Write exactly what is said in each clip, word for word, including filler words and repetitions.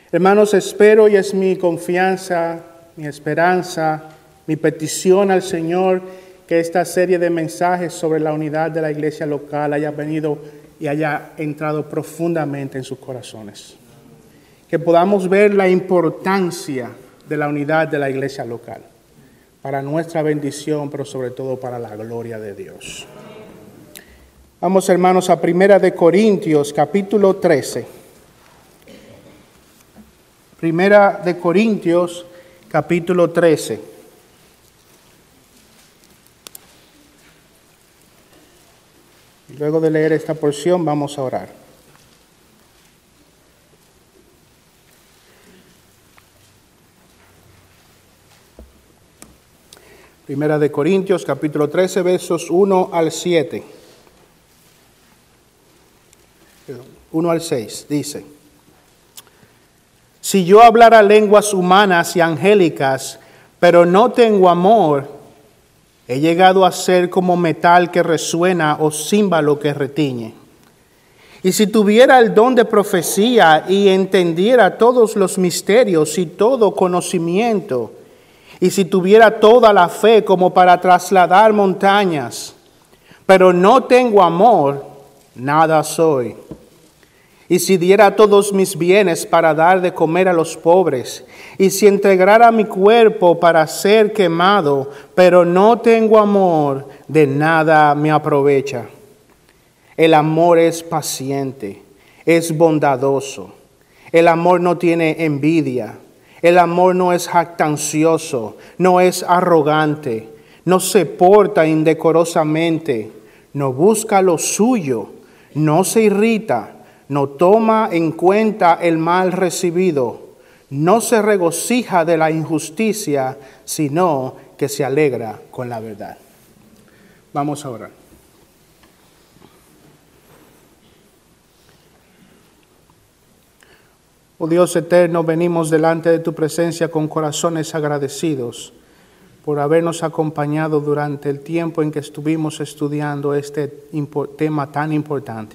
Hermanos, espero y es mi confianza, mi esperanza, mi petición al Señor que esta serie de mensajes sobre la unidad de la iglesia local haya venido y haya entrado profundamente en sus corazones. Que podamos ver la importancia de la unidad de la iglesia local para nuestra bendición, pero sobre todo para la gloria de Dios. Vamos, hermanos, a Primera de Corintios, capítulo trece. Primera de Corintios, capítulo trece. Luego de leer esta porción, vamos a orar. Primera de Corintios, capítulo trece, versos uno al siete. uno al seis, dice: Si yo hablara lenguas humanas y angélicas, pero no tengo amor, he llegado a ser como metal que resuena o címbalo que retiñe. Y si tuviera el don de profecía y entendiera todos los misterios y todo conocimiento, y si tuviera toda la fe como para trasladar montañas, pero no tengo amor, nada soy. Y si diera todos mis bienes para dar de comer a los pobres, y si entregara mi cuerpo para ser quemado, pero no tengo amor, de nada me aprovecha. El amor es paciente, es bondadoso. El amor no tiene envidia. El amor no es jactancioso, no es arrogante, no se porta indecorosamente, no busca lo suyo, no se irrita, no toma en cuenta el mal recibido, no se regocija de la injusticia, sino que se alegra con la verdad. Vamos a orar. Oh Dios eterno, venimos delante de tu presencia con corazones agradecidos por habernos acompañado durante el tiempo en que estuvimos estudiando este tema tan importante.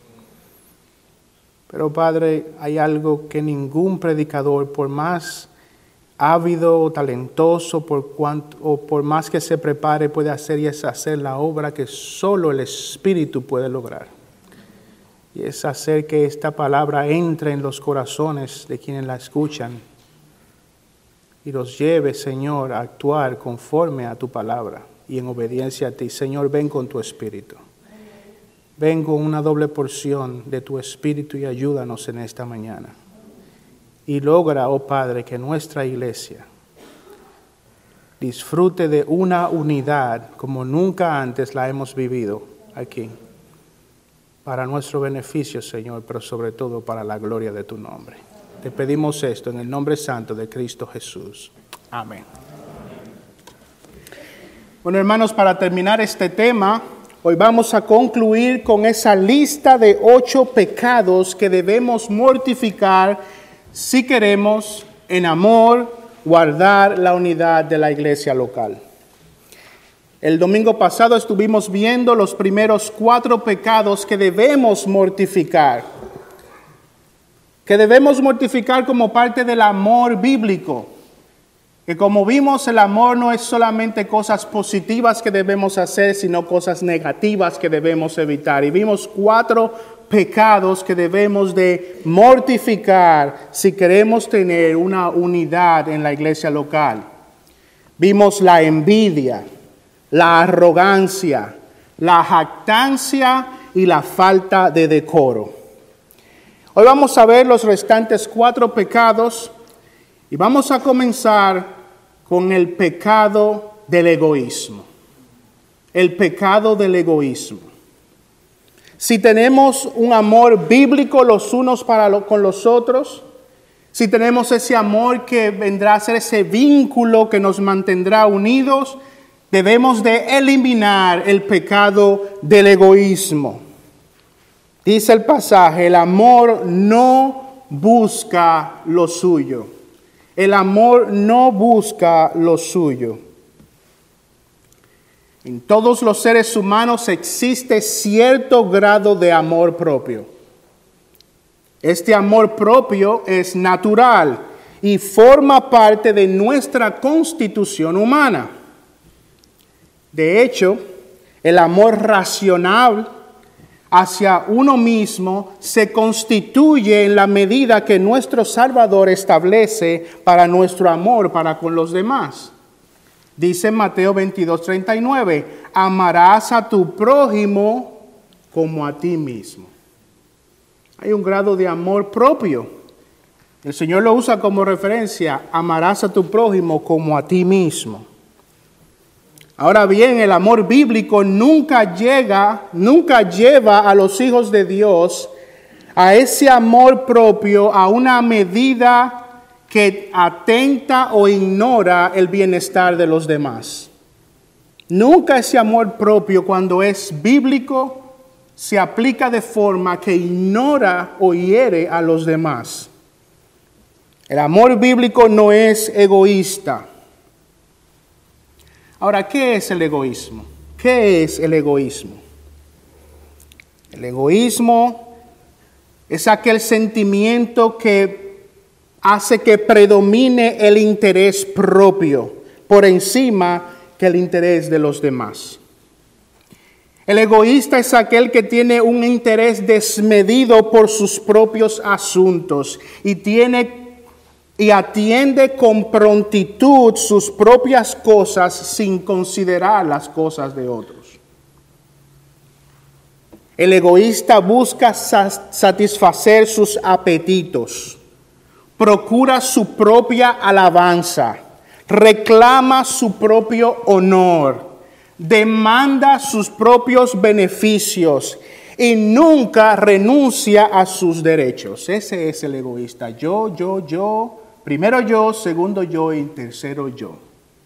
Pero Padre, hay algo que ningún predicador, por más ávido o talentoso, por cuanto, o por más que se prepare, puede hacer, y es hacer la obra que solo el Espíritu puede lograr. Y es hacer que esta palabra entre en los corazones de quienes la escuchan y los lleve, Señor, a actuar conforme a tu palabra y en obediencia a ti. Señor, ven con tu Espíritu. Ven con una doble porción de tu Espíritu y ayúdanos en esta mañana. Y logra, oh Padre, que nuestra iglesia disfrute de una unidad como nunca antes la hemos vivido aquí. Para nuestro beneficio, Señor, pero sobre todo para la gloria de tu nombre. Te pedimos esto en el nombre santo de Cristo Jesús. Amén. Bueno, hermanos, para terminar este tema, hoy vamos a concluir con esa lista de ocho pecados que debemos mortificar si queremos, en amor, guardar la unidad de la iglesia local. El domingo pasado estuvimos viendo los primeros cuatro pecados que debemos mortificar, que debemos mortificar como parte del amor bíblico. Que como vimos, el amor no es solamente cosas positivas que debemos hacer, sino cosas negativas que debemos evitar. Y vimos cuatro pecados que debemos de mortificar si queremos tener una unidad en la iglesia local. Vimos la envidia, la arrogancia, la jactancia y la falta de decoro. Hoy vamos a ver los restantes cuatro pecados y vamos a comenzar con el pecado del egoísmo. El pecado del egoísmo. Si tenemos un amor bíblico los unos para lo, con los otros, si tenemos ese amor que vendrá a ser ese vínculo que nos mantendrá unidos, debemos de eliminar el pecado del egoísmo. Dice el pasaje, el amor no busca lo suyo. El amor no busca lo suyo. En todos los seres humanos existe cierto grado de amor propio. Este amor propio es natural y forma parte de nuestra constitución humana. De hecho, el amor racional hacia uno mismo se constituye en la medida que nuestro Salvador establece para nuestro amor para con los demás. Dice Mateo veintidós, treinta y nueve, amarás a tu prójimo como a ti mismo. Hay un grado de amor propio. El Señor lo usa como referencia, amarás a tu prójimo como a ti mismo. Ahora bien, el amor bíblico nunca llega, nunca lleva a los hijos de Dios a ese amor propio a una medida que atenta o ignora el bienestar de los demás. Nunca ese amor propio, cuando es bíblico, se aplica de forma que ignora o hiere a los demás. El amor bíblico no es egoísta. Ahora, ¿qué es el egoísmo? ¿Qué es el egoísmo? El egoísmo es aquel sentimiento que hace que predomine el interés propio por encima que el interés de los demás. El egoísta es aquel que tiene un interés desmedido por sus propios asuntos y tiene y atiende con prontitud sus propias cosas sin considerar las cosas de otros. El egoísta busca satisfacer sus apetitos, procura su propia alabanza, reclama su propio honor, demanda sus propios beneficios y nunca renuncia a sus derechos. Ese es el egoísta. Yo, yo, yo, primero yo, segundo yo y tercero yo.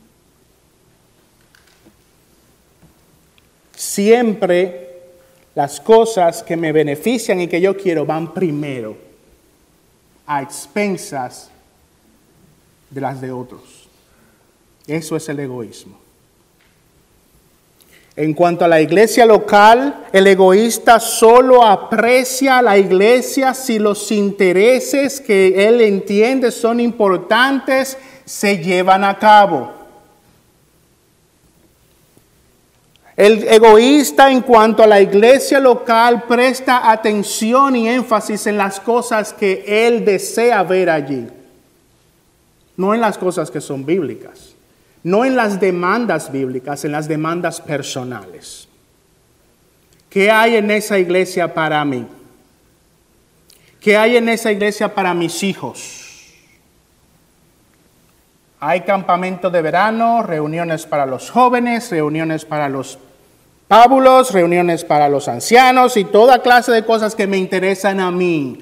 Siempre las cosas que me benefician y que yo quiero van primero, a expensas de las de otros. Eso es el egoísmo. En cuanto a la iglesia local, el egoísta solo aprecia a la iglesia si los intereses que él entiende son importantes se llevan a cabo. El egoísta en cuanto a la iglesia local presta atención y énfasis en las cosas que él desea ver allí, no en las cosas que son bíblicas. No en las demandas bíblicas, en las demandas personales. ¿Qué hay en esa iglesia para mí? ¿Qué hay en esa iglesia para mis hijos? Hay campamento de verano, reuniones para los jóvenes, reuniones para los pábulos, reuniones para los ancianos y toda clase de cosas que me interesan a mí.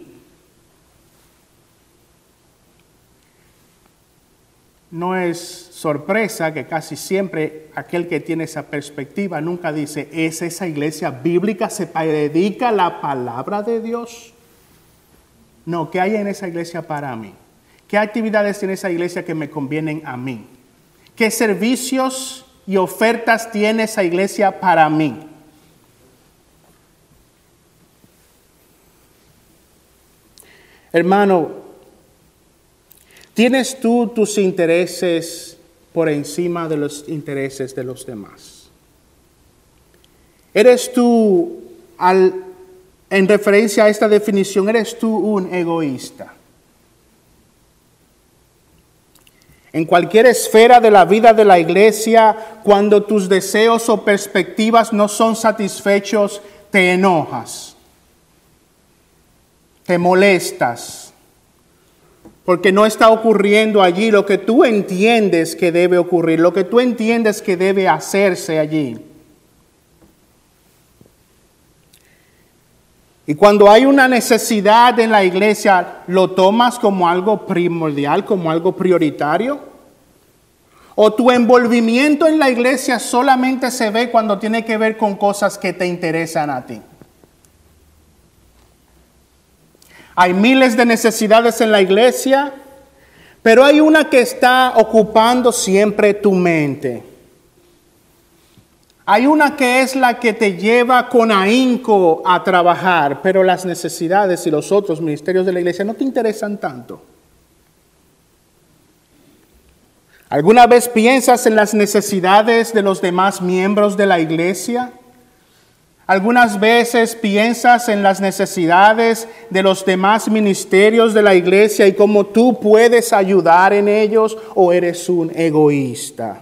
No es sorpresa que casi siempre aquel que tiene esa perspectiva nunca dice, ¿es esa iglesia bíblica? ¿Se predica la palabra de Dios? No, ¿qué hay en esa iglesia para mí? ¿Qué actividades tiene esa iglesia que me convienen a mí? ¿Qué servicios y ofertas tiene esa iglesia para mí? Hermano, ¿tienes tú tus intereses por encima de los intereses de los demás? ¿Eres tú, al, en referencia a esta definición, eres tú un egoísta? En cualquier esfera de la vida de la iglesia, cuando tus deseos o perspectivas no son satisfechos, te enojas, te molestas. Porque no está ocurriendo allí lo que tú entiendes que debe ocurrir, lo que tú entiendes que debe hacerse allí. Y cuando hay una necesidad en la iglesia, ¿lo tomas como algo primordial, como algo prioritario? ¿O tu envolvimiento en la iglesia solamente se ve cuando tiene que ver con cosas que te interesan a ti? Hay miles de necesidades en la iglesia, pero hay una que está ocupando siempre tu mente. Hay una que es la que te lleva con ahínco a trabajar, pero las necesidades y los otros ministerios de la iglesia no te interesan tanto. ¿Alguna vez piensas en las necesidades de los demás miembros de la iglesia? ¿Algunas veces piensas en las necesidades de los demás ministerios de la iglesia y cómo tú puedes ayudar en ellos, o eres un egoísta?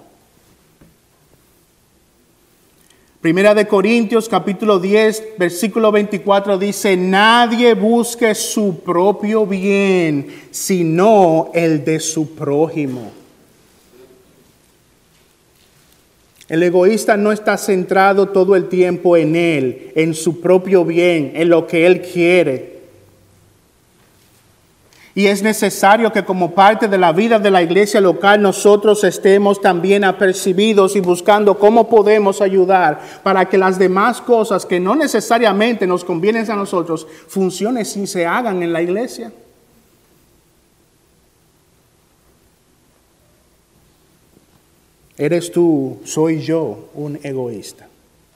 Primera de Corintios capítulo diez, versículo veinticuatro dice: nadie busque su propio bien, sino el de su prójimo. El egoísta no está centrado todo el tiempo en él, en su propio bien, en lo que él quiere. Y es necesario que como parte de la vida de la iglesia local nosotros estemos también apercibidos y buscando cómo podemos ayudar para que las demás cosas que no necesariamente nos convienen a nosotros funcionen y se hagan en la iglesia. ¿Eres tú, soy yo, un egoísta?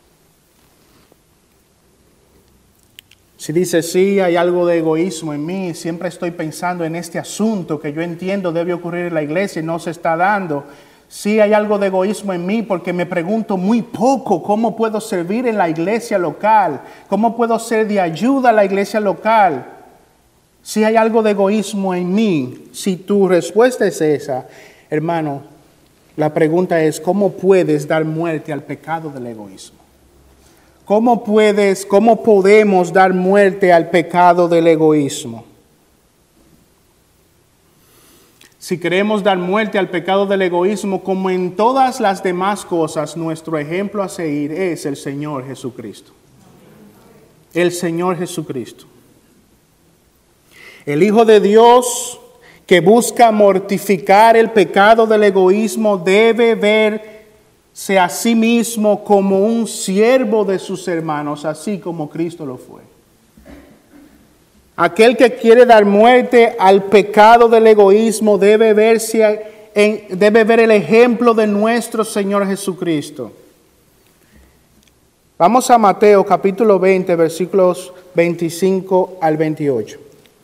Si dices, sí, hay algo de egoísmo en mí, siempre estoy pensando en este asunto que yo entiendo debe ocurrir en la iglesia y no se está dando. Sí, hay algo de egoísmo en mí porque me pregunto muy poco cómo puedo servir en la iglesia local, cómo puedo ser de ayuda a la iglesia local. Sí, hay algo de egoísmo en mí. Si tu respuesta es esa, hermano, la pregunta es, ¿cómo puedes dar muerte al pecado del egoísmo? ¿Cómo puedes, cómo podemos dar muerte al pecado del egoísmo? Si queremos dar muerte al pecado del egoísmo, como en todas las demás cosas, nuestro ejemplo a seguir es el Señor Jesucristo. El Señor Jesucristo. El Hijo de Dios que busca mortificar el pecado del egoísmo debe verse a sí mismo como un siervo de sus hermanos, así como Cristo lo fue. Aquel que quiere dar muerte al pecado del egoísmo debe verse en, debe ver el ejemplo de nuestro Señor Jesucristo. Vamos a Mateo capítulo veinte, versículos veinticinco al veintiocho.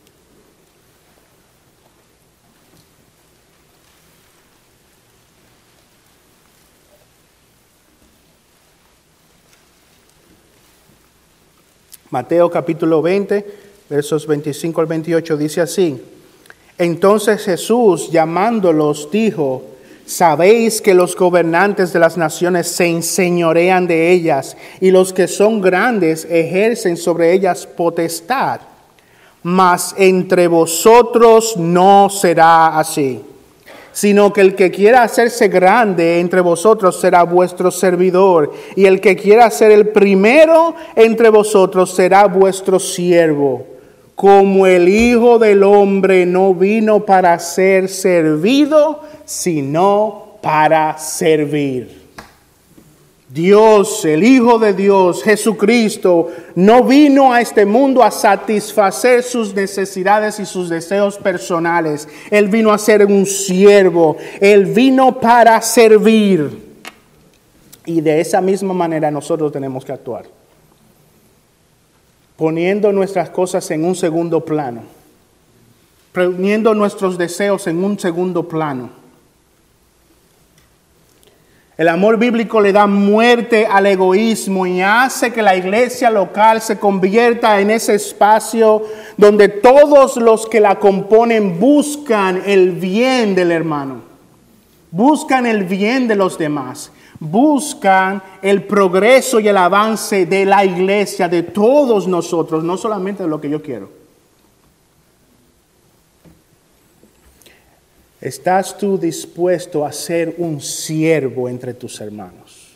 Mateo capítulo veinte, versos veinticinco al veintiocho, dice así: entonces Jesús, llamándolos, dijo: sabéis que los gobernantes de las naciones se enseñorean de ellas, y los que son grandes ejercen sobre ellas potestad. Mas entre vosotros no será así, sino que el que quiera hacerse grande entre vosotros será vuestro servidor, y el que quiera ser el primero entre vosotros será vuestro siervo. Como el Hijo del Hombre no vino para ser servido, sino para servir. Dios, el Hijo de Dios, Jesucristo, no vino a este mundo a satisfacer sus necesidades y sus deseos personales. Él vino a ser un siervo. Él vino para servir. Y de esa misma manera nosotros tenemos que actuar, poniendo nuestras cosas en un segundo plano, poniendo nuestros deseos en un segundo plano. El amor bíblico le da muerte al egoísmo y hace que la iglesia local se convierta en ese espacio donde todos los que la componen buscan el bien del hermano, buscan el bien de los demás, buscan el progreso y el avance de la iglesia, de todos nosotros, no solamente de lo que yo quiero. ¿Estás tú dispuesto a ser un siervo entre tus hermanos?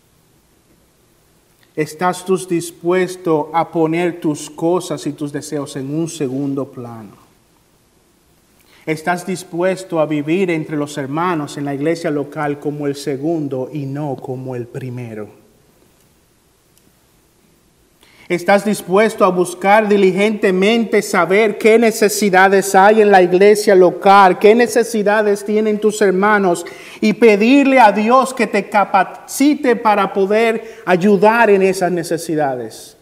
¿Estás tú dispuesto a poner tus cosas y tus deseos en un segundo plano? ¿Estás dispuesto a vivir entre los hermanos en la iglesia local como el segundo y no como el primero? ¿Estás dispuesto a buscar diligentemente saber qué necesidades hay en la iglesia local, qué necesidades tienen tus hermanos y pedirle a Dios que te capacite para poder ayudar en esas necesidades?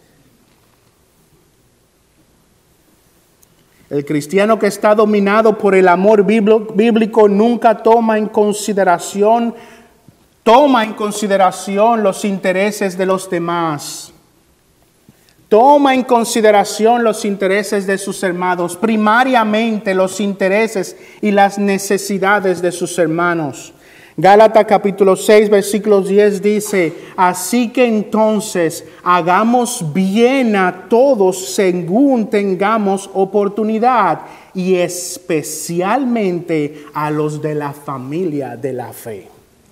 El cristiano que está dominado por el amor bíblico nunca toma en consideración, toma en consideración los intereses de los demás. Toma en consideración los intereses de sus hermanos, primariamente los intereses y las necesidades de sus hermanos. Gálatas capítulo seis, versículo diez dice, así que entonces hagamos bien a todos según tengamos oportunidad y especialmente a los de la familia de la fe.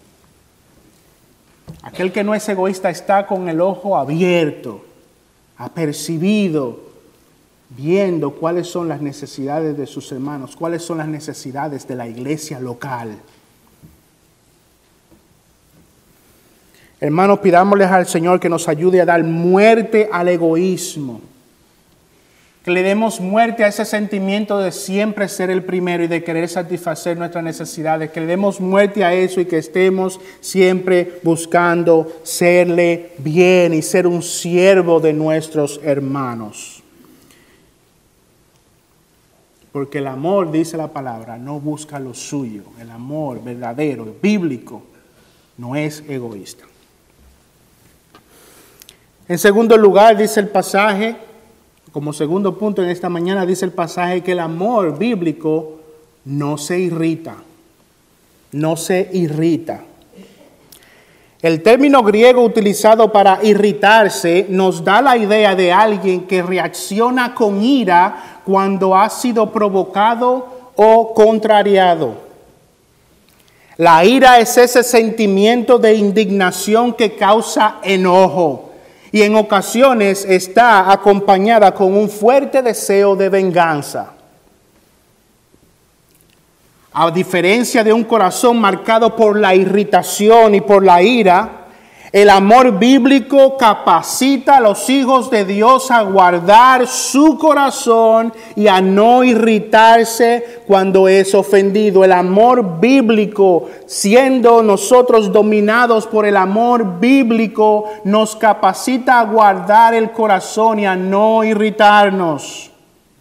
Aquel que no es egoísta está con el ojo abierto, apercibido, viendo cuáles son las necesidades de sus hermanos, cuáles son las necesidades de la iglesia local. Hermanos, pidámosles al Señor que nos ayude a dar muerte al egoísmo, que le demos muerte a ese sentimiento de siempre ser el primero y de querer satisfacer nuestras necesidades, que le demos muerte a eso y que estemos siempre buscando serle bien y ser un siervo de nuestros hermanos. Porque el amor, dice la palabra, no busca lo suyo. El amor verdadero, bíblico, no es egoísta. En segundo lugar, dice el pasaje, como segundo punto en esta mañana, dice el pasaje que el amor bíblico no se irrita, no se irrita. El término griego utilizado para irritarse nos da la idea de alguien que reacciona con ira cuando ha sido provocado o contrariado. La ira es ese sentimiento de indignación que causa enojo. Y en ocasiones está acompañada con un fuerte deseo de venganza. A diferencia de un corazón marcado por la irritación y por la ira, el amor bíblico capacita a los hijos de Dios a guardar su corazón y a no irritarse cuando es ofendido. El amor bíblico, siendo nosotros dominados por el amor bíblico, nos capacita a guardar el corazón y a no irritarnos.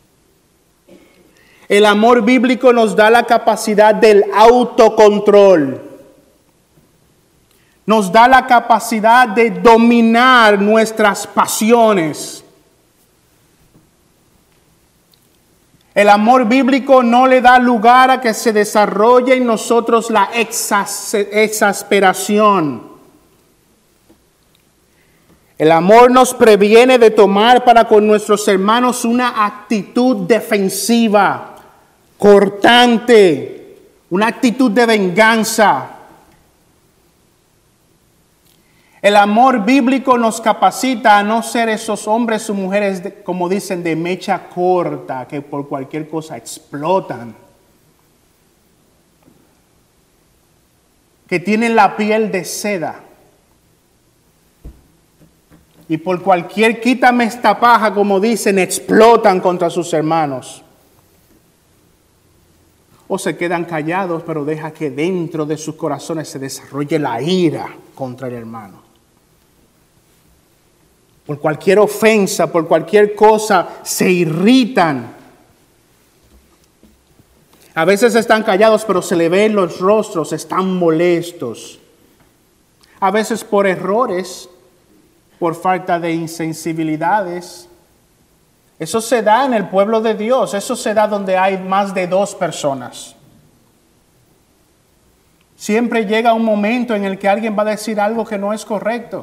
El amor bíblico nos da la capacidad del autocontrol. Nos da la capacidad de dominar nuestras pasiones. El amor bíblico no le da lugar a que se desarrolle en nosotros la exasperación. El amor nos previene de tomar para con nuestros hermanos una actitud defensiva, cortante, una actitud de venganza. El amor bíblico nos capacita a no ser esos hombres o mujeres, de, como dicen, de mecha corta, que por cualquier cosa explotan. Que tienen la piel de seda. Y por cualquier quítame esta paja, como dicen, explotan contra sus hermanos. O se quedan callados, pero deja que dentro de sus corazones se desarrolle la ira contra el hermano. Por cualquier ofensa, por cualquier cosa, se irritan. A veces están callados, pero se le ven los rostros, están molestos. A veces por errores, por falta de insensibilidades. Eso se da en el pueblo de Dios, eso se da donde hay más de dos personas. Siempre llega un momento en el que alguien va a decir algo que no es correcto.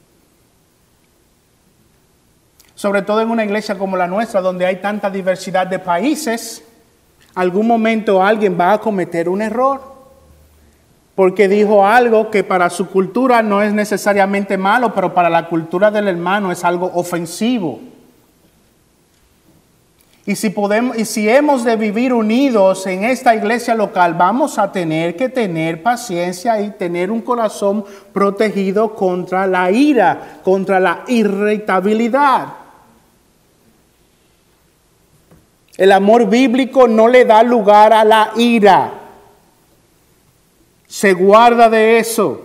Sobre todo en una iglesia como la nuestra, donde hay tanta diversidad de países, algún momento alguien va a cometer un error. Porque dijo algo que para su cultura no es necesariamente malo, pero para la cultura del hermano es algo ofensivo. Y si podemos, y si hemos de vivir unidos en esta iglesia local, vamos a tener que tener paciencia y tener un corazón protegido contra la ira, contra la irritabilidad. El amor bíblico no le da lugar a la ira. Se guarda de eso.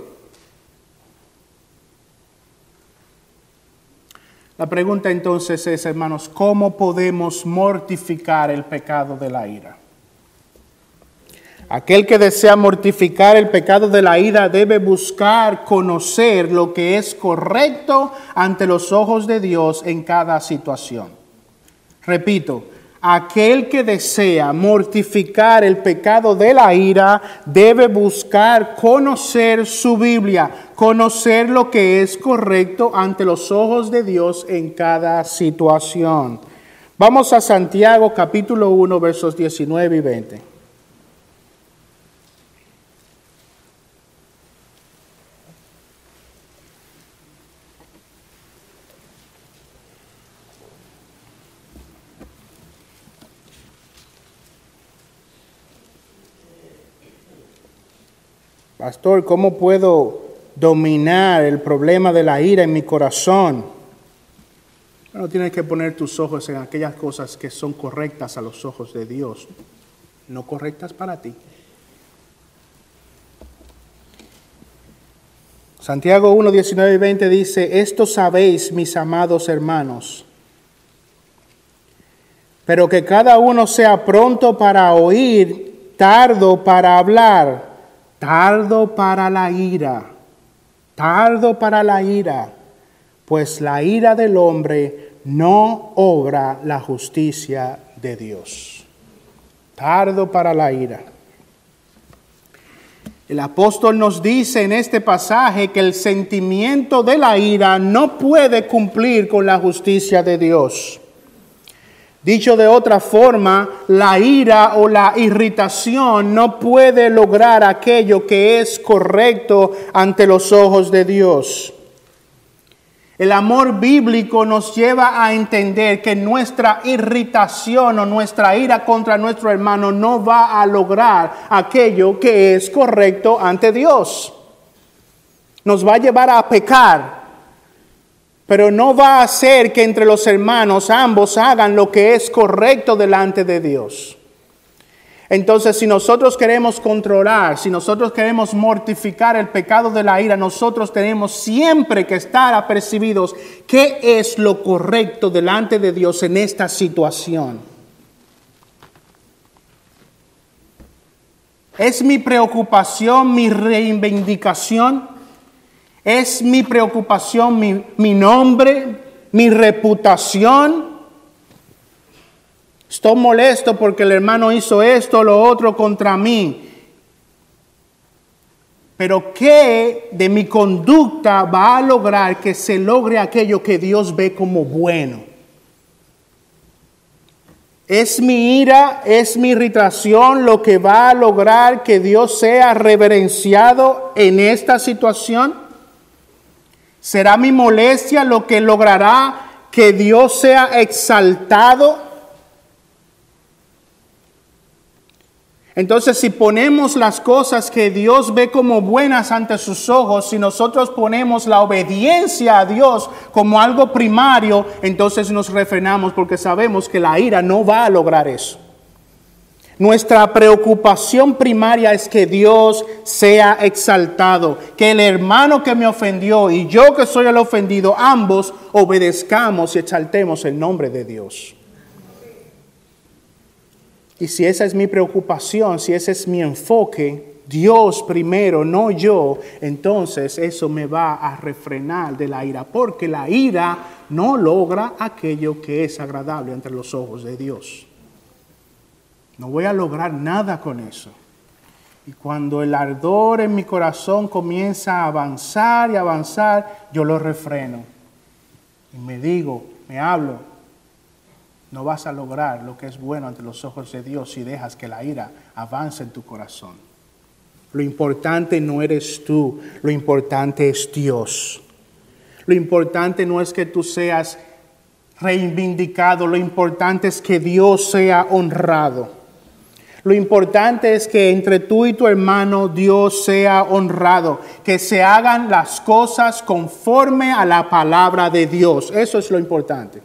La pregunta entonces es, hermanos, ¿cómo podemos mortificar el pecado de la ira? Aquel que desea mortificar el pecado de la ira debe buscar conocer lo que es correcto ante los ojos de Dios en cada situación. Repito, aquel que desea mortificar el pecado de la ira debe buscar conocer su Biblia, conocer lo que es correcto ante los ojos de Dios en cada situación. Vamos a Santiago capítulo uno, versos diecinueve y veinte. Pastor, ¿cómo puedo dominar el problema de la ira en mi corazón? Bueno, tienes que poner tus ojos en aquellas cosas que son correctas a los ojos de Dios, no correctas para ti. Santiago uno, diecinueve y veinte dice, esto sabéis, mis amados hermanos, pero que cada uno sea pronto para oír, tardo para hablar, tardo para la ira, tardo para la ira, pues la ira del hombre no obra la justicia de Dios. Tardo para la ira. El apóstol nos dice en este pasaje que el sentimiento de la ira no puede cumplir con la justicia de Dios. Dicho de otra forma, la ira o la irritación no puede lograr aquello que es correcto ante los ojos de Dios. El amor bíblico nos lleva a entender que nuestra irritación o nuestra ira contra nuestro hermano no va a lograr aquello que es correcto ante Dios. Nos va a llevar a pecar. Pero no va a hacer que entre los hermanos ambos hagan lo que es correcto delante de Dios. Entonces, si nosotros queremos controlar, si nosotros queremos mortificar el pecado de la ira, nosotros tenemos siempre que estar apercibidos qué es lo correcto delante de Dios en esta situación. ¿Es mi preocupación, mi reivindicación? ¿Es mi preocupación mi, mi nombre, mi reputación? Estoy molesto porque el hermano hizo esto o lo otro contra mí. Pero ¿qué de mi conducta va a lograr que se logre aquello que Dios ve como bueno? ¿Es mi ira, es mi irritación lo que va a lograr que Dios sea reverenciado en esta situación? ¿Será mi molestia lo que logrará que Dios sea exaltado? Entonces, si ponemos las cosas que Dios ve como buenas ante sus ojos, si nosotros ponemos la obediencia a Dios como algo primario, entonces nos refrenamos porque sabemos que la ira no va a lograr eso. Nuestra preocupación primaria es que Dios sea exaltado, que el hermano que me ofendió y yo que soy el ofendido, ambos obedezcamos y exaltemos el nombre de Dios. Y si esa es mi preocupación, si ese es mi enfoque, Dios primero, no yo, entonces eso me va a refrenar de la ira, porque la ira no logra aquello que es agradable ante los ojos de Dios. No voy a lograr nada con eso. Y cuando el ardor en mi corazón comienza a avanzar y avanzar, yo lo refreno. Y me digo, me hablo, no vas a lograr lo que es bueno ante los ojos de Dios si dejas que la ira avance en tu corazón. Lo importante no eres tú, lo importante es Dios. Lo importante no es que tú seas reivindicado. Lo importante es que Dios sea honrado. Lo importante es que entre tú y tu hermano Dios sea honrado, que se hagan las cosas conforme a la palabra de Dios. Eso es lo importante.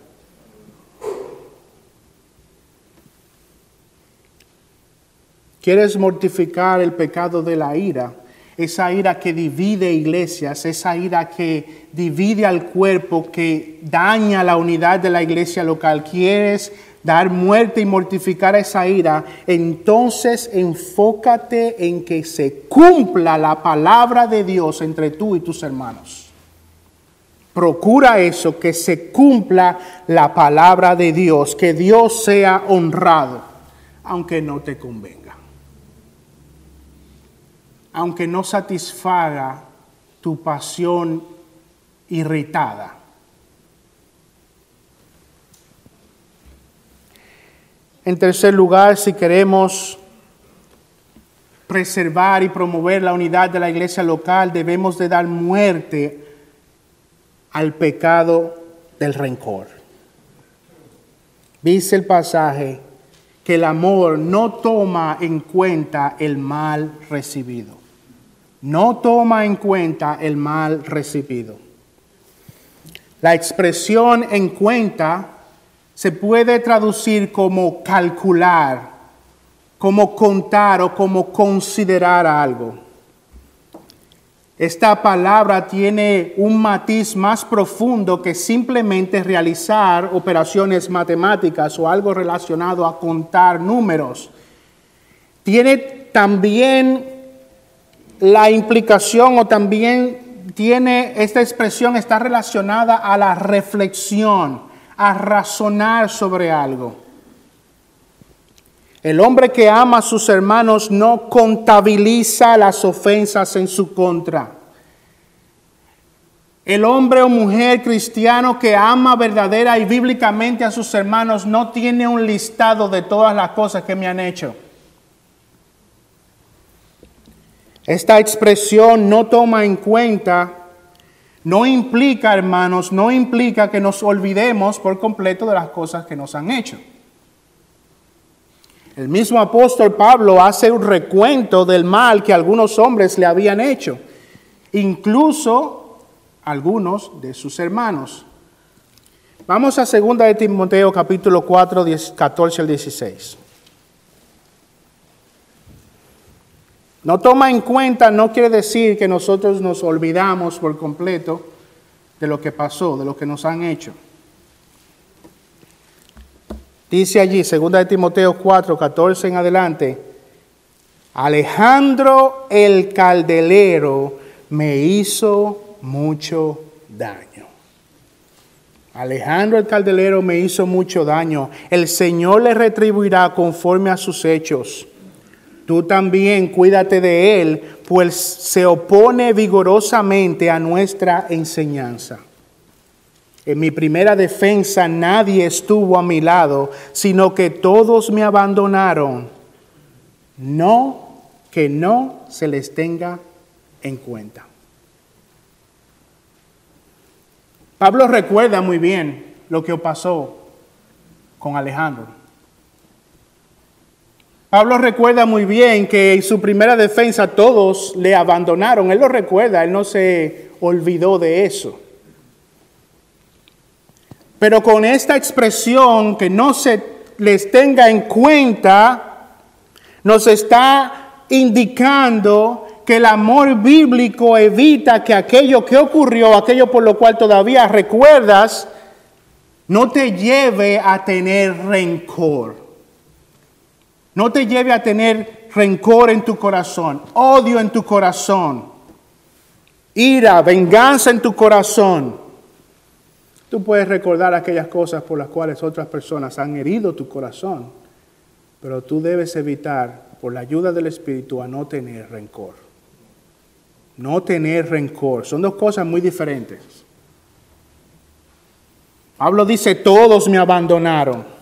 ¿Quieres mortificar el pecado de la ira? Esa ira que divide iglesias, esa ira que divide al cuerpo, que daña la unidad de la iglesia local. ¿Quieres dar muerte y mortificar esa ira? Entonces enfócate en que se cumpla la palabra de Dios entre tú y tus hermanos. Procura eso, que se cumpla la palabra de Dios, que Dios sea honrado, aunque no te convenga. Aunque no satisfaga tu pasión irritada. En tercer lugar, si queremos preservar y promover la unidad de la iglesia local, debemos de dar muerte al pecado del rencor. Dice el pasaje que el amor no toma en cuenta el mal recibido. No toma en cuenta el mal recibido. La expresión en cuenta se puede traducir como calcular, como contar o como considerar algo. Esta palabra tiene un matiz más profundo que simplemente realizar operaciones matemáticas o algo relacionado a contar números. Tiene también la implicación o también tiene, esta expresión está relacionada a la reflexión, a razonar sobre algo. El hombre que ama a sus hermanos no contabiliza las ofensas en su contra. El hombre o mujer cristiano que ama verdadera y bíblicamente a sus hermanos no tiene un listado de todas las cosas que me han hecho. Esta expresión no toma en cuenta, no implica, hermanos, no implica que nos olvidemos por completo de las cosas que nos han hecho. El mismo apóstol Pablo hace un recuento del mal que algunos hombres le habían hecho, incluso algunos de sus hermanos. Vamos a segunda de Timoteo capítulo cuatro, catorce al dieciséis. No toma en cuenta, no quiere decir que nosotros nos olvidamos por completo de lo que pasó, de lo que nos han hecho. Dice allí, segunda de Timoteo cuatro, catorce en adelante, Alejandro el caldelero me hizo mucho daño. Alejandro el caldelero me hizo mucho daño. El Señor le retribuirá conforme a sus hechos. Tú también cuídate de él, pues se opone vigorosamente a nuestra enseñanza. En mi primera defensa nadie estuvo a mi lado, sino que todos me abandonaron. No, que no se les tenga en cuenta. Pablo recuerda muy bien lo que pasó con Alejandro. Pablo recuerda muy bien que en su primera defensa todos le abandonaron. Él lo recuerda, él no se olvidó de eso. Pero con esta expresión que no se les tenga en cuenta, nos está indicando que el amor bíblico evita que aquello que ocurrió, aquello por lo cual todavía recuerdas, no te lleve a tener rencor. No te lleve a tener rencor en tu corazón, odio en tu corazón, ira, venganza en tu corazón. Tú puedes recordar aquellas cosas por las cuales otras personas han herido tu corazón, pero tú debes evitar, por la ayuda del Espíritu, a no tener rencor. No tener rencor. Son dos cosas muy diferentes. Pablo dice, todos me abandonaron.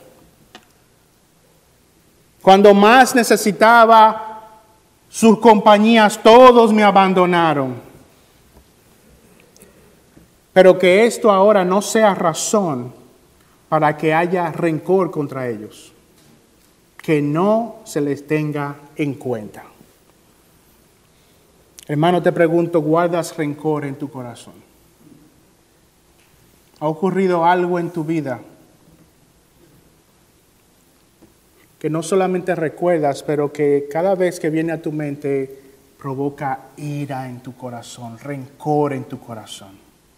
Cuando más necesitaba sus compañías, todos me abandonaron. Pero que esto ahora no sea razón para que haya rencor contra ellos, que no se les tenga en cuenta. Hermano, te pregunto, ¿guardas rencor en tu corazón? ¿Ha ocurrido algo en tu vida que no solamente recuerdas, pero que cada vez que viene a tu mente provoca ira en tu corazón, rencor en tu corazón?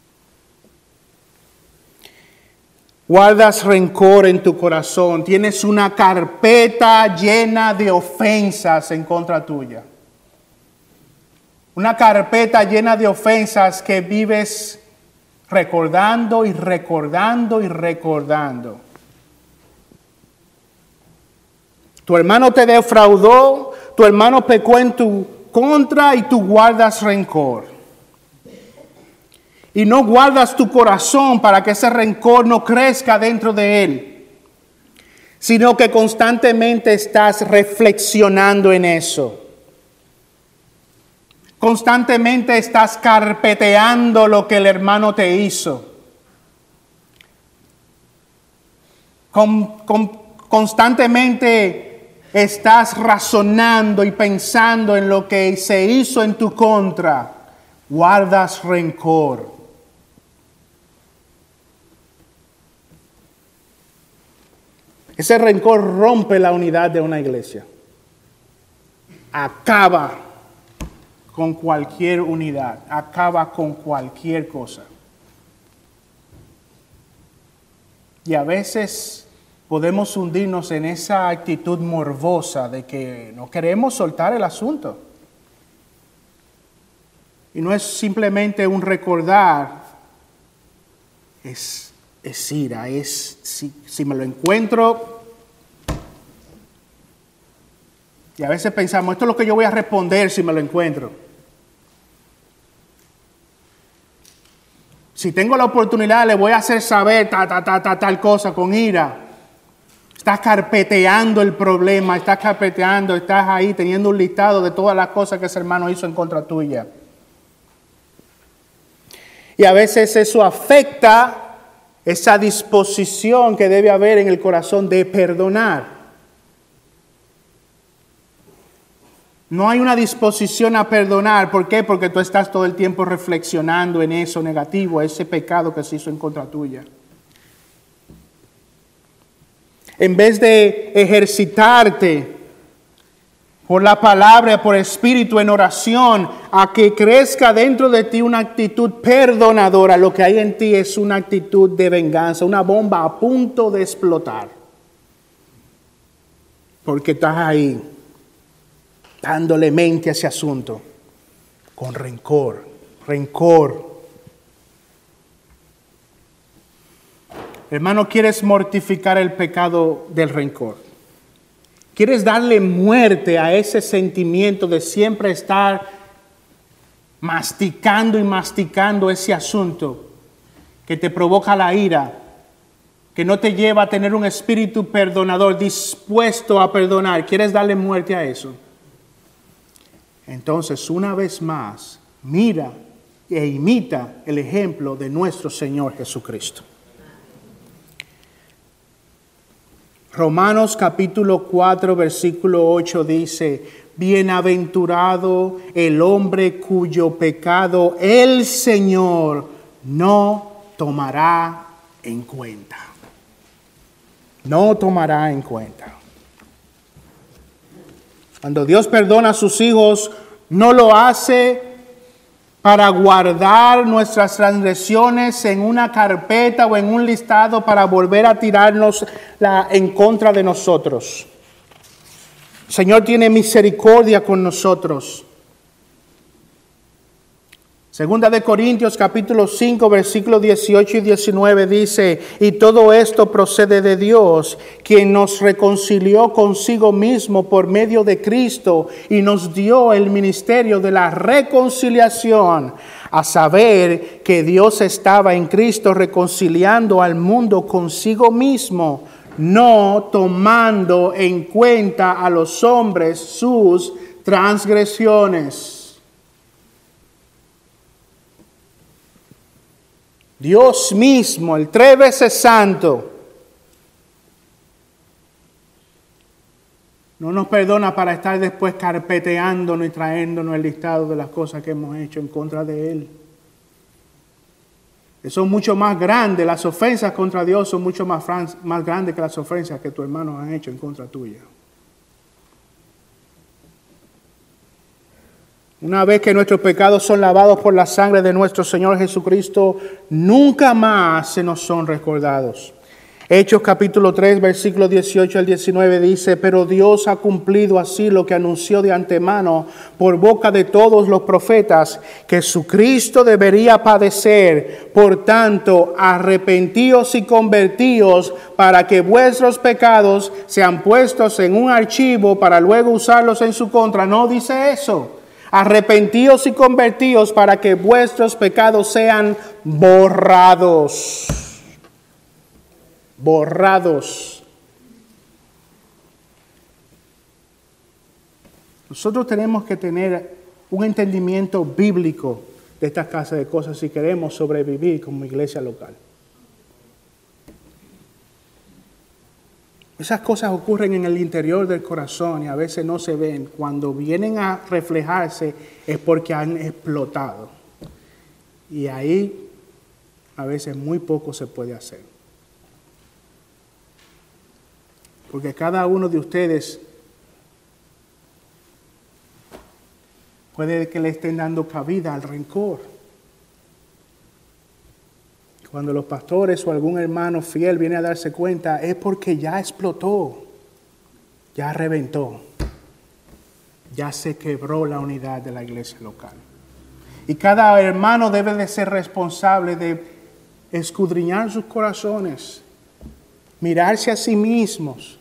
Guardas rencor en tu corazón, tienes una carpeta llena de ofensas en contra tuya. Una carpeta llena de ofensas que vives recordando y recordando y recordando. Tu hermano te defraudó, tu hermano pecó en tu contra y tú guardas rencor. Y no guardas tu corazón para que ese rencor no crezca dentro de él, sino que constantemente estás reflexionando en eso. Constantemente estás carpeteando lo que el hermano te hizo. Con, con, constantemente estás razonando y pensando en lo que se hizo en tu contra. Guardas rencor. Ese rencor rompe la unidad de una iglesia. Acaba con cualquier unidad, acaba con cualquier cosa. Y a veces podemos hundirnos en esa actitud morbosa de que no queremos soltar el asunto. Y no es simplemente un recordar, es, es ira, es si, si me lo encuentro. Y a veces pensamos, esto es lo que yo voy a responder si me lo encuentro. Si tengo la oportunidad, le voy a hacer saber ta, ta, ta, ta, tal cosa con ira. Estás carpeteando el problema, estás carpeteando, estás ahí teniendo un listado de todas las cosas que ese hermano hizo en contra tuya. Y a veces eso afecta esa disposición que debe haber en el corazón de perdonar. No hay una disposición a perdonar. ¿Por qué? Porque tú estás todo el tiempo reflexionando en eso negativo, ese pecado que se hizo en contra tuya. En vez de ejercitarte por la palabra, por espíritu, en oración, a que crezca dentro de ti una actitud perdonadora, lo que hay en ti es una actitud de venganza, una bomba a punto de explotar. Porque estás ahí, dándole mente a ese asunto, con rencor, rencor. Hermano, ¿quieres mortificar el pecado del rencor? ¿Quieres darle muerte a ese sentimiento de siempre estar masticando y masticando ese asunto que te provoca la ira, que no te lleva a tener un espíritu perdonador, dispuesto a perdonar? ¿Quieres darle muerte a eso? Entonces, una vez más, mira e imita el ejemplo de nuestro Señor Jesucristo. Romanos capítulo cuatro, versículo ocho dice: bienaventurado el hombre cuyo pecado el Señor no tomará en cuenta. No tomará en cuenta. Cuando Dios perdona a sus hijos, no lo hace para guardar nuestras transgresiones en una carpeta o en un listado para volver a tirarnos la, en contra de nosotros. El Señor tiene misericordia con nosotros. Segunda de Corintios capítulo cinco, versículos dieciocho y diecinueve dice: y todo esto procede de Dios, quien nos reconcilió consigo mismo por medio de Cristo y nos dio el ministerio de la reconciliación, a saber que Dios estaba en Cristo reconciliando al mundo consigo mismo, no tomando en cuenta a los hombres sus transgresiones. Dios mismo, el tres veces santo, No nos perdona para estar después carpeteándonos y trayéndonos el listado de las cosas que hemos hecho en contra de Él. Son mucho más grandes, las ofensas contra Dios son mucho más, más grandes que las ofensas que tus hermanos han hecho en contra tuya. Una vez que nuestros pecados son lavados por la sangre de nuestro Señor Jesucristo, nunca más se nos son recordados. Hechos capítulo tres, versículos dieciocho al diecinueve dice, pero Dios ha cumplido así lo que anunció de antemano por boca de todos los profetas, que Jesucristo debería padecer. Por tanto, arrepentíos y convertíos para que vuestros pecados sean puestos en un archivo para luego usarlos en su contra. No dice eso. Arrepentíos y convertíos para que vuestros pecados sean borrados. Borrados. Nosotros tenemos que tener un entendimiento bíblico de estas clases de cosas si queremos sobrevivir como iglesia local. Esas cosas ocurren en el interior del corazón y a veces no se ven. Cuando vienen a reflejarse es porque han explotado. Y ahí a veces muy poco se puede hacer. Porque cada uno de ustedes puede que le estén dando cabida al rencor. Cuando los pastores o algún hermano fiel viene a darse cuenta, es porque ya explotó, ya reventó, ya se quebró la unidad de la iglesia local. Y cada hermano debe de ser responsable de escudriñar sus corazones, mirarse a sí mismos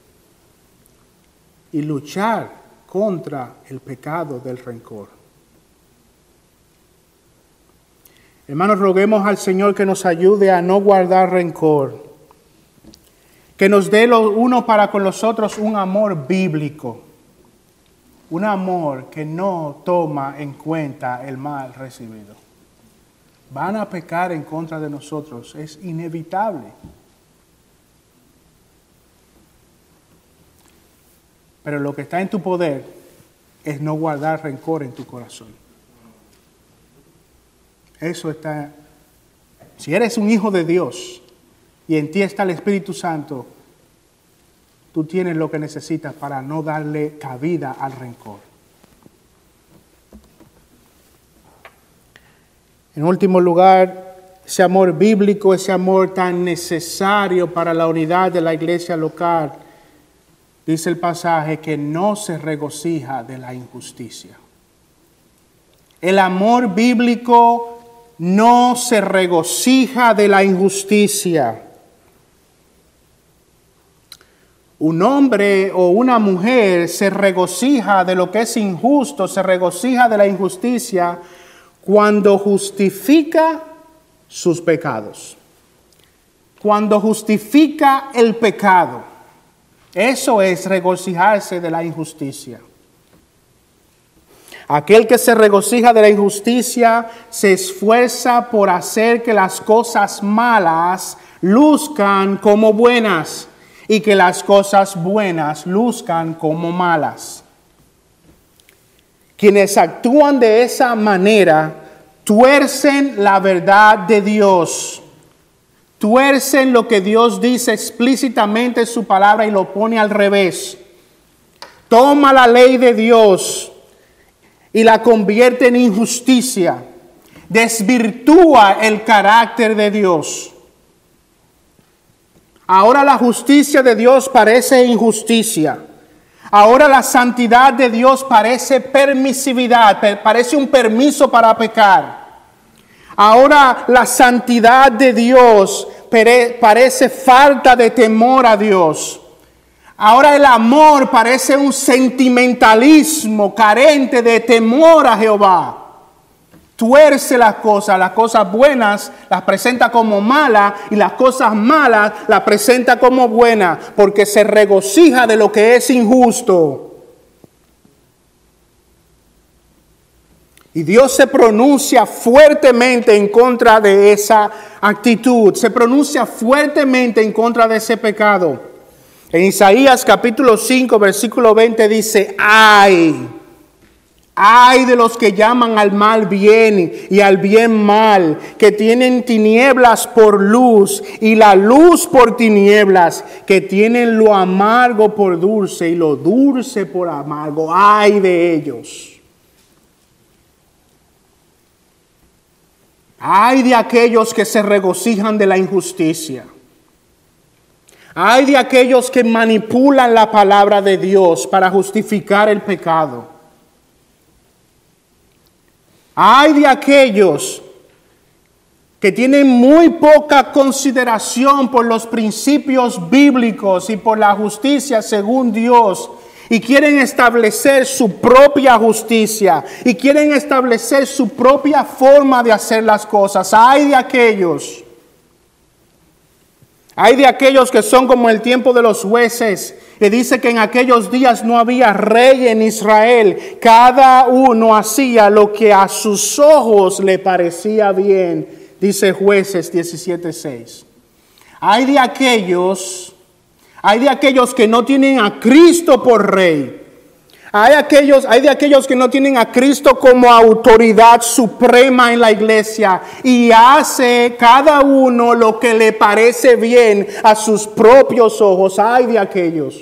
y luchar contra el pecado del rencor. Hermanos, roguemos al Señor que nos ayude a no guardar rencor, que nos dé lo uno para con los otros un amor bíblico, un amor que no toma en cuenta el mal recibido. Van a pecar en contra de nosotros, es inevitable. Pero lo que está en tu poder es no guardar rencor en tu corazón. Eso está, si eres un hijo de Dios y en ti está el Espíritu Santo, tú tienes lo que necesitas para no darle cabida al rencor. En último lugar, ese amor bíblico, ese amor tan necesario para la unidad de la iglesia local, dice el pasaje que no se regocija de la injusticia. El amor bíblico no se regocija de la injusticia. Un hombre o una mujer se regocija de lo que es injusto, se regocija de la injusticia cuando justifica sus pecados. Cuando justifica el pecado. Eso es regocijarse de la injusticia. Aquel que se regocija de la injusticia se esfuerza por hacer que las cosas malas luzcan como buenas y que las cosas buenas luzcan como malas. Quienes actúan de esa manera tuercen la verdad de Dios. Tuercen lo que Dios dice explícitamente en su palabra y lo pone al revés. Toma la ley de Dios y la convierte en injusticia. Desvirtúa el carácter de Dios. Ahora la justicia de Dios parece injusticia. Ahora la santidad de Dios parece permisividad, parece un permiso para pecar. Ahora la santidad de Dios parece falta de temor a Dios. Ahora el amor parece un sentimentalismo carente de temor a Jehová. Tuerce las cosas, las cosas buenas las presenta como malas y las cosas malas las presenta como buenas, porque se regocija de lo que es injusto. Y Dios se pronuncia fuertemente en contra de esa actitud, se pronuncia fuertemente en contra de ese pecado. En Isaías capítulo cinco, versículo veinte dice, ¡ay! ¡Ay de los que llaman al mal bien y al bien mal, que tienen tinieblas por luz y la luz por tinieblas, que tienen lo amargo por dulce y lo dulce por amargo! ¡Ay de ellos! ¡Ay de aquellos que se regocijan de la injusticia! ¡Ay de aquellos que manipulan la palabra de Dios para justificar el pecado! ¡Ay de aquellos que tienen muy poca consideración por los principios bíblicos y por la justicia según Dios, y quieren establecer su propia justicia y quieren establecer su propia forma de hacer las cosas! ¡Ay de aquellos! ¡Ay de aquellos que son como el tiempo de los jueces! Que dice que en aquellos días no había rey en Israel. Cada uno hacía lo que a sus ojos le parecía bien. Dice Jueces diecisiete seis. Hay de aquellos, hay de aquellos que no tienen a Cristo por rey. Hay, aquellos, hay de aquellos que no tienen a Cristo como autoridad suprema en la iglesia y hace cada uno lo que le parece bien a sus propios ojos. Hay de aquellos.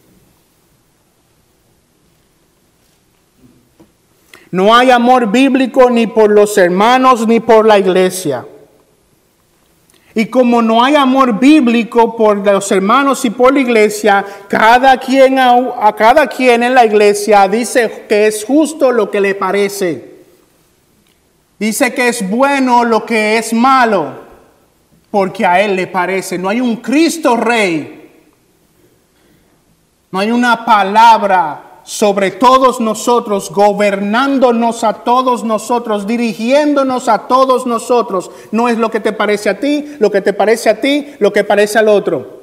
No hay amor bíblico ni por los hermanos ni por la iglesia. Y como no hay amor bíblico por los hermanos y por la iglesia, cada quien a, a cada quien en la iglesia dice que es justo lo que le parece. Dice que es bueno lo que es malo, porque a él le parece. No hay un Cristo Rey. No hay una palabra sobre todos nosotros, gobernándonos a todos nosotros, dirigiéndonos a todos nosotros. No es lo que te parece a ti, lo que te parece a ti, lo que parece al otro.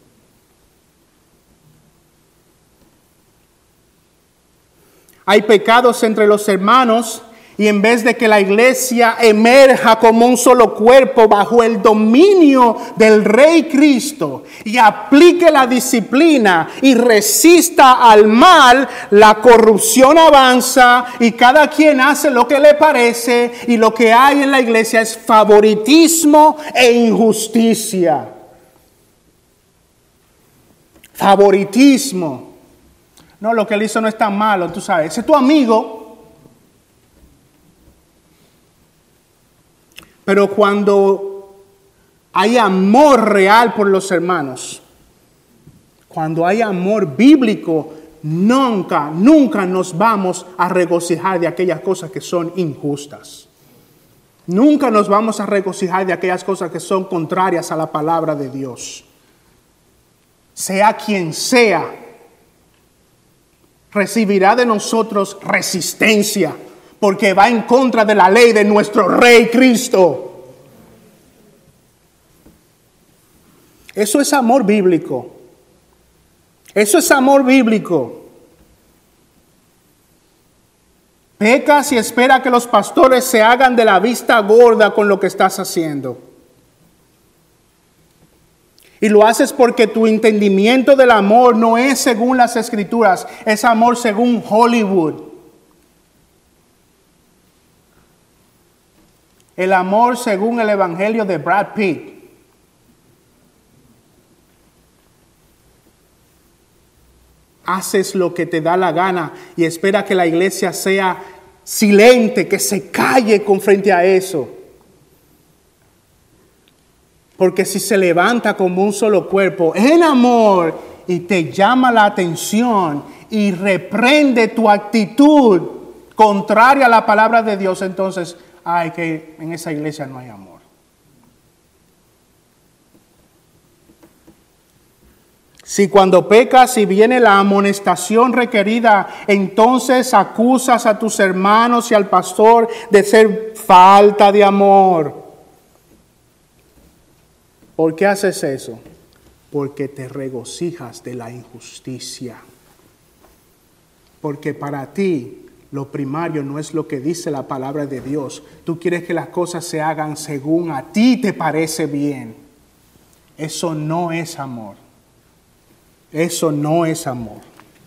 Hay pecados entre los hermanos y en vez de que la iglesia emerja como un solo cuerpo bajo el dominio del Rey Cristo y aplique la disciplina y resista al mal, la corrupción avanza y cada quien hace lo que le parece, y lo que hay en la iglesia es favoritismo e injusticia. Favoritismo. No, lo que él hizo no es tan malo, tú sabes. Ese es tu amigo. Pero cuando hay amor real por los hermanos, cuando hay amor bíblico, nunca, nunca nos vamos a regocijar de aquellas cosas que son injustas. Nunca nos vamos a regocijar de aquellas cosas que son contrarias a la palabra de Dios. Sea quien sea, recibirá de nosotros resistencia, porque va en contra de la ley de nuestro Rey Cristo. Eso es amor bíblico. Eso es amor bíblico. Pecas y espera que los pastores se hagan de la vista gorda con lo que estás haciendo. Y lo haces porque tu entendimiento del amor no es según las Escrituras, es amor según Hollywood. El amor según el evangelio de Brad Pitt. Haces lo que te da la gana y espera que la iglesia sea silente, que se calle con frente a eso. Porque si se levanta como un solo cuerpo en amor y te llama la atención y reprende tu actitud contraria a la palabra de Dios, entonces ay, que en esa iglesia no hay amor. Si cuando pecas y viene la amonestación requerida, entonces acusas a tus hermanos y al pastor de ser falta de amor. ¿Por qué haces eso? Porque te regocijas de la injusticia. Porque para ti lo primario no es lo que dice la palabra de Dios. Tú quieres que las cosas se hagan según a ti te parece bien. Eso no es amor. Eso no es amor.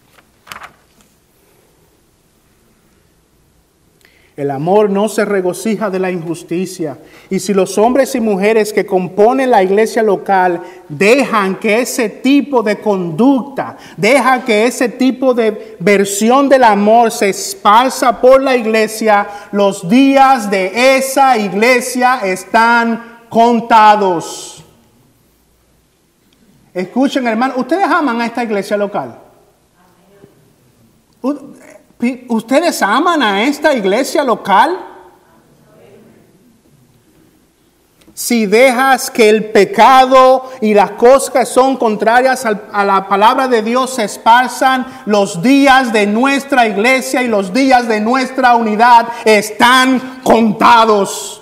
El amor no se regocija de la injusticia. Y si los hombres y mujeres que componen la iglesia local dejan que ese tipo de conducta, dejan que ese tipo de versión del amor se esparza por la iglesia, los días de esa iglesia están contados. Escuchen, hermano, ¿ustedes aman a esta iglesia local? ¿Ustedes aman a esta iglesia local? Si dejas que el pecado y las cosas que son contrarias a la palabra de Dios se esparzan, los días de nuestra iglesia y los días de nuestra unidad están contados.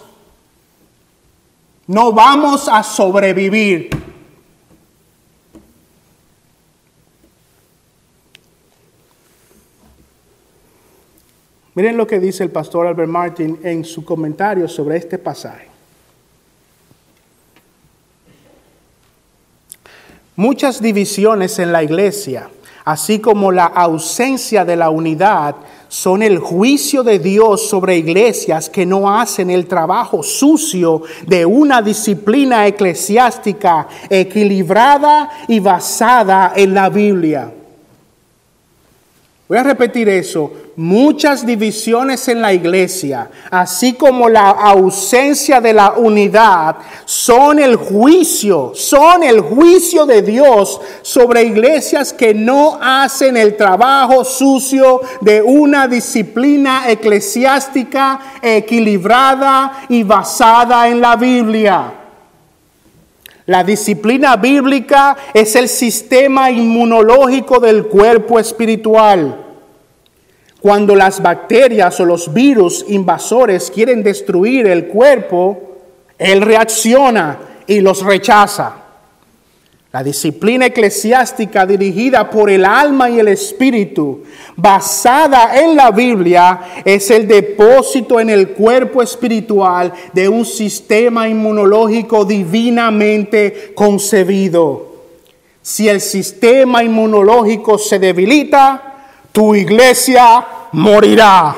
No vamos a sobrevivir. Miren lo que dice el pastor Albert Martin en su comentario sobre este pasaje. Muchas divisiones en la iglesia, así como la ausencia de la unidad, son el juicio de Dios sobre iglesias que no hacen el trabajo sucio de una disciplina eclesiástica equilibrada y basada en la Biblia. Voy a repetir eso. Muchas divisiones en la iglesia, así como la ausencia de la unidad, son el juicio, son el juicio de Dios sobre iglesias que no hacen el trabajo sucio de una disciplina eclesiástica equilibrada y basada en la Biblia. La disciplina bíblica es el sistema inmunológico del cuerpo espiritual. Cuando las bacterias o los virus invasores quieren destruir el cuerpo, Él reacciona y los rechaza. La disciplina eclesiástica dirigida por el alma y el espíritu, basada en la Biblia, es el depósito en el cuerpo espiritual de un sistema inmunológico divinamente concebido. Si el sistema inmunológico se debilita, tu iglesia morirá.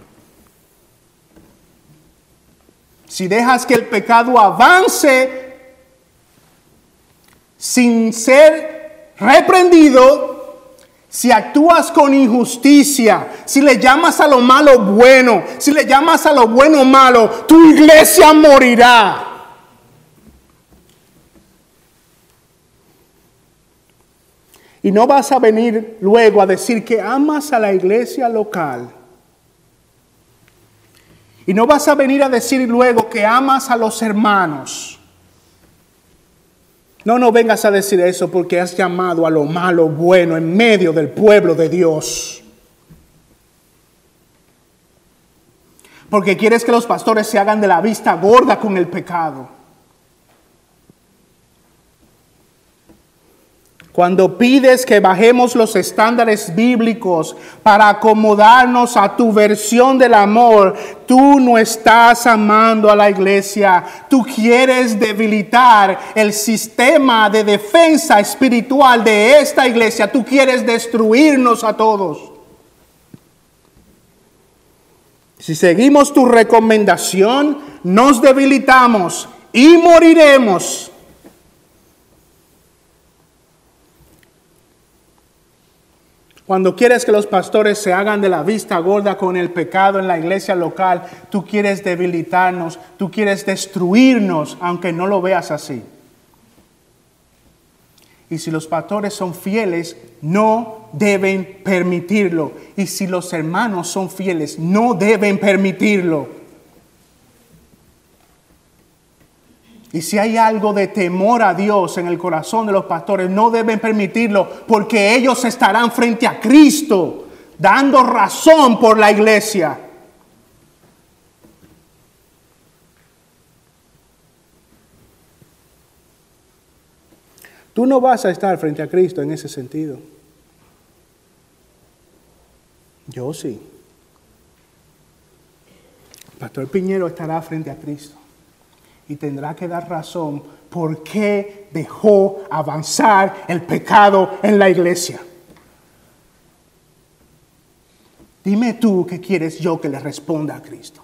Si dejas que el pecado avance sin ser reprendido, si actúas con injusticia, si le llamas a lo malo bueno, si le llamas a lo bueno malo, tu iglesia morirá. Y no vas a venir luego a decir que amas a la iglesia local. Y no vas a venir a decir luego que amas a los hermanos. No, no vengas a decir eso porque has llamado a lo malo bueno en medio del pueblo de Dios. Porque quieres que los pastores se hagan de la vista gorda con el pecado. Cuando pides que bajemos los estándares bíblicos para acomodarnos a tu versión del amor, tú no estás amando a la iglesia. Tú quieres debilitar el sistema de defensa espiritual de esta iglesia. Tú quieres destruirnos a todos. Si seguimos tu recomendación, nos debilitamos y moriremos. Cuando quieres que los pastores se hagan de la vista gorda con el pecado en la iglesia local, tú quieres debilitarnos, tú quieres destruirnos, aunque no lo veas así. Y si los pastores son fieles, no deben permitirlo. Y si los hermanos son fieles, no deben permitirlo. Y si hay algo de temor a Dios en el corazón de los pastores, no deben permitirlo, porque ellos estarán frente a Cristo, dando razón por la iglesia. Tú no vas a estar frente a Cristo en ese sentido. Yo sí. Pastor Piñero estará frente a Cristo y tendrá que dar razón ¿por qué dejó avanzar el pecado en la iglesia? Dime tú qué quieres yo que le responda a Cristo.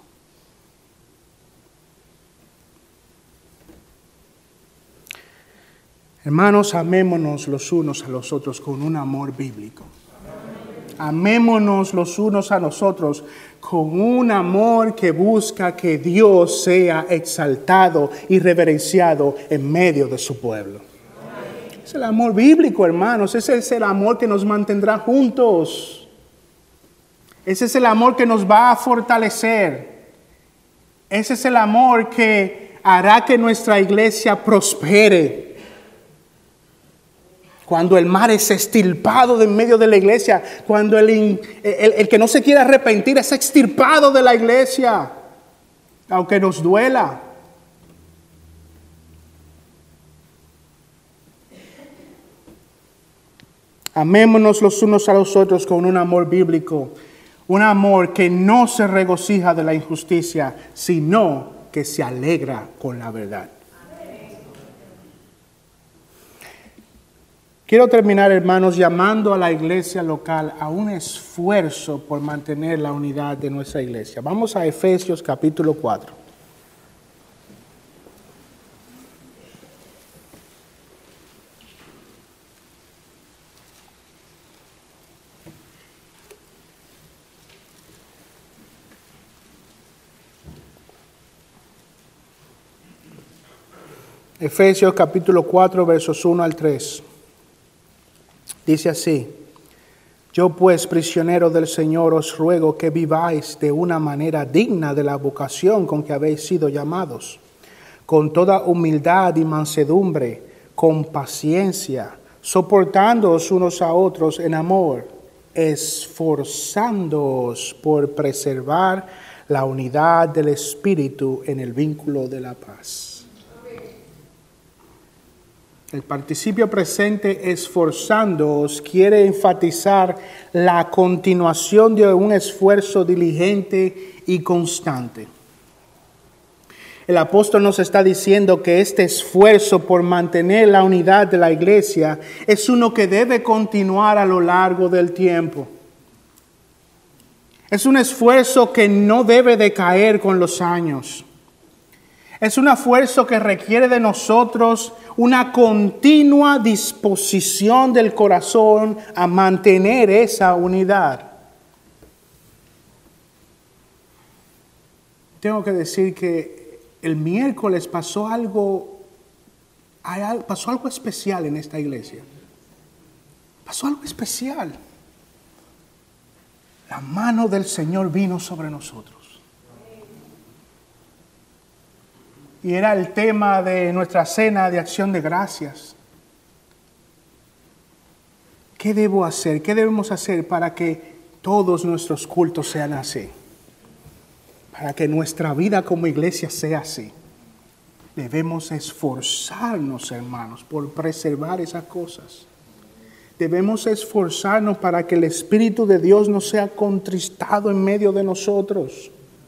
Hermanos, amémonos los unos a los otros con un amor bíblico. Amémonos los unos a nosotros con un amor que busca que Dios sea exaltado y reverenciado en medio de su pueblo. Es el amor bíblico, hermanos. Ese es el amor que nos mantendrá juntos. Ese es el amor que nos va a fortalecer. Ese es el amor que hará que nuestra iglesia prospere. Cuando el mar es extirpado de en medio de la iglesia, cuando el, el, el que no se quiere arrepentir es extirpado de la iglesia, aunque nos duela. Amémonos los unos a los otros con un amor bíblico, un amor que no se regocija de la injusticia, sino que se alegra con la verdad. Quiero terminar, hermanos, llamando a la iglesia local a un esfuerzo por mantener la unidad de nuestra iglesia. Vamos a Efesios capítulo cuatro. Efesios capítulo cuatro, versos uno al tres. Dice así: yo pues, prisionero del Señor, os ruego que viváis de una manera digna de la vocación con que habéis sido llamados, con toda humildad y mansedumbre, con paciencia, soportándoos unos a otros en amor, esforzándoos por preservar la unidad del Espíritu en el vínculo de la paz. El participio presente, esforzándoos, quiere enfatizar la continuación de un esfuerzo diligente y constante. El apóstol nos está diciendo que este esfuerzo por mantener la unidad de la iglesia es uno que debe continuar a lo largo del tiempo. Es un esfuerzo que no debe decaer con los años. Es un esfuerzo que requiere de nosotros una continua disposición del corazón a mantener esa unidad. Tengo que decir que el miércoles pasó algo, pasó algo especial en esta iglesia. Pasó algo especial. La mano del Señor vino sobre nosotros. Y era el tema de nuestra cena de acción de gracias. ¿Qué debo hacer? ¿Qué debemos hacer para que todos nuestros cultos sean así? Para que nuestra vida como iglesia sea así. Debemos esforzarnos, hermanos, por preservar esas cosas. Debemos esforzarnos para que el Espíritu de Dios no sea contristado en medio de nosotros.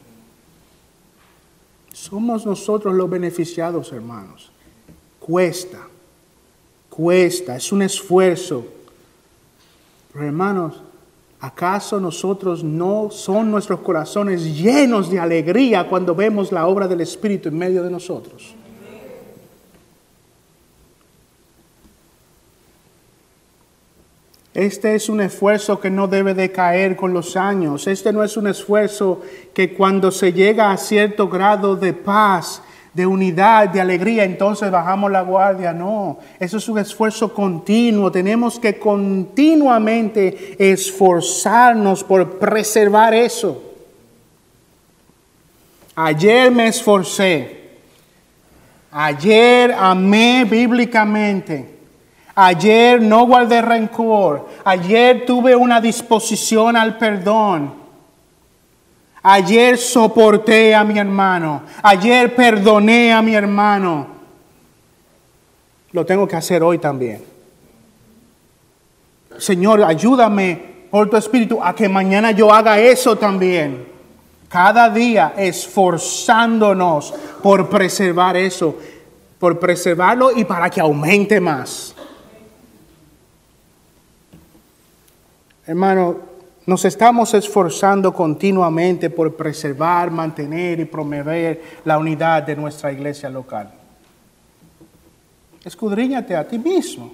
Somos nosotros los beneficiados, hermanos. Cuesta, cuesta, es un esfuerzo. Pero hermanos, ¿acaso nosotros no son nuestros corazones llenos de alegría cuando vemos la obra del Espíritu en medio de nosotros? Este es un esfuerzo que no debe de caer con los años. Este no es un esfuerzo que cuando se llega a cierto grado de paz, de unidad, de alegría, entonces bajamos la guardia. No, eso es un esfuerzo continuo. Tenemos que continuamente esforzarnos por preservar eso. Ayer me esforcé. Ayer amé bíblicamente. Ayer no guardé rencor. Ayer tuve una disposición al perdón. Ayer soporté a mi hermano. Ayer perdoné a mi hermano. Lo tengo que hacer hoy también. Señor, ayúdame por tu Espíritu a que mañana yo haga eso también. Cada día esforzándonos por preservar eso. por preservarlo y para que aumente más. Hermano, nos estamos esforzando continuamente por preservar, mantener y promover la unidad de nuestra iglesia local. Escudriñate a ti mismo.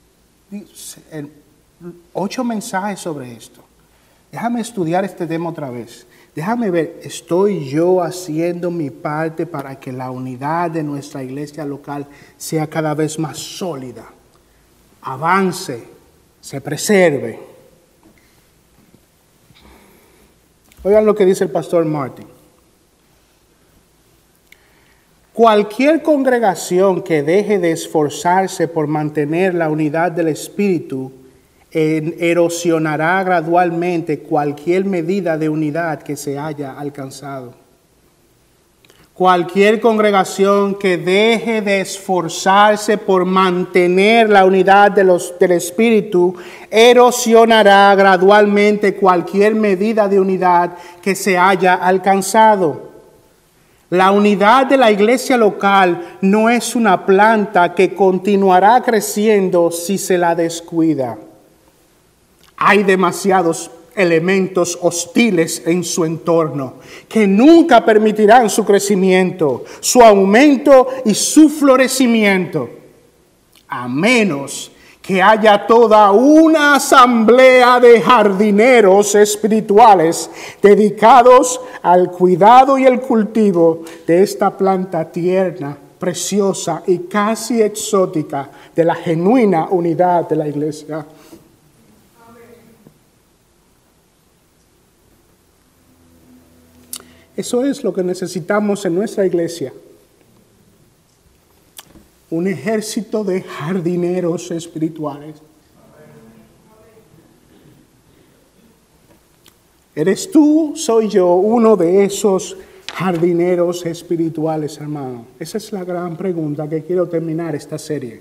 Ocho mensajes sobre esto. Déjame estudiar este tema otra vez. Déjame ver, ¿estoy yo haciendo mi parte para que la unidad de nuestra iglesia local sea cada vez más sólida, avance, se preserve? Oigan lo que dice el pastor Martin. Cualquier congregación que deje de esforzarse por mantener la unidad del Espíritu erosionará gradualmente cualquier medida de unidad que se haya alcanzado. Cualquier congregación que deje de esforzarse por mantener la unidad de los, del Espíritu erosionará gradualmente cualquier medida de unidad que se haya alcanzado. La unidad de la iglesia local no es una planta que continuará creciendo si se la descuida. Hay demasiados elementos hostiles en su entorno que nunca permitirán su crecimiento, su aumento y su florecimiento, a menos que haya toda una asamblea de jardineros espirituales dedicados al cuidado y el cultivo de esta planta tierna, preciosa y casi exótica de la genuina unidad de la iglesia. Eso es lo que necesitamos en nuestra iglesia. Un ejército de jardineros espirituales. ¿Eres tú, soy yo, uno de esos jardineros espirituales, hermano? Esa es la gran pregunta que quiero terminar esta serie.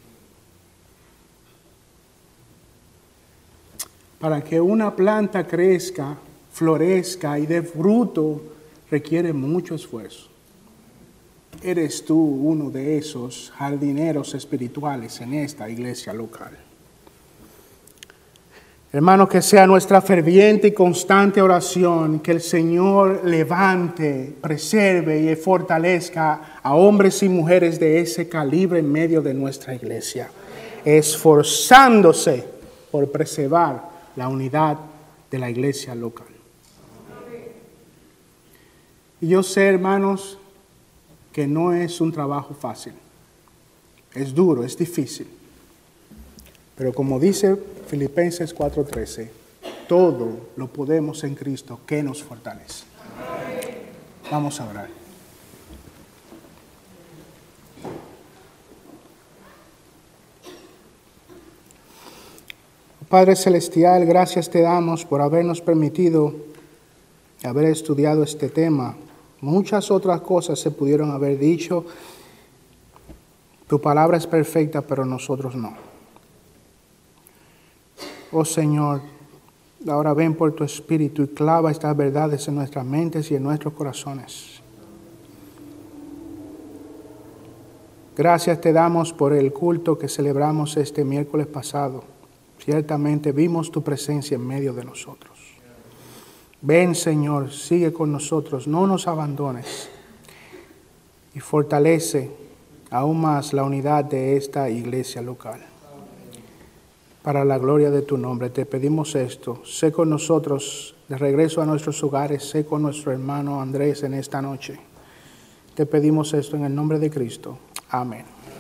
Para que una planta crezca, florezca y dé fruto, requiere mucho esfuerzo. ¿Eres tú uno de esos jardineros espirituales en esta iglesia local? Hermano, que sea nuestra ferviente y constante oración que el Señor levante, preserve y fortalezca a hombres y mujeres de ese calibre en medio de nuestra iglesia, esforzándose por preservar la unidad de la iglesia local. Y yo sé, hermanos, que no es un trabajo fácil. Es duro, es difícil. Pero como dice Filipenses cuatro trece, todo lo podemos en Cristo que nos fortalece. Vamos a orar. Padre Celestial, gracias te damos por habernos permitido haber estudiado este tema. Muchas otras cosas se pudieron haber dicho. Tu palabra es perfecta, pero nosotros no. Oh Señor, ahora ven por tu Espíritu y clava estas verdades en nuestras mentes y en nuestros corazones. Gracias te damos por el culto que celebramos este miércoles pasado. Ciertamente vimos tu presencia en medio de nosotros. Ven, Señor, sigue con nosotros, no nos abandones y fortalece aún más la unidad de esta iglesia local. Para la gloria de tu nombre te pedimos esto. Sé con nosotros de regreso a nuestros hogares, sé con nuestro hermano Andrés en esta noche. Te pedimos esto en el nombre de Cristo. Amén.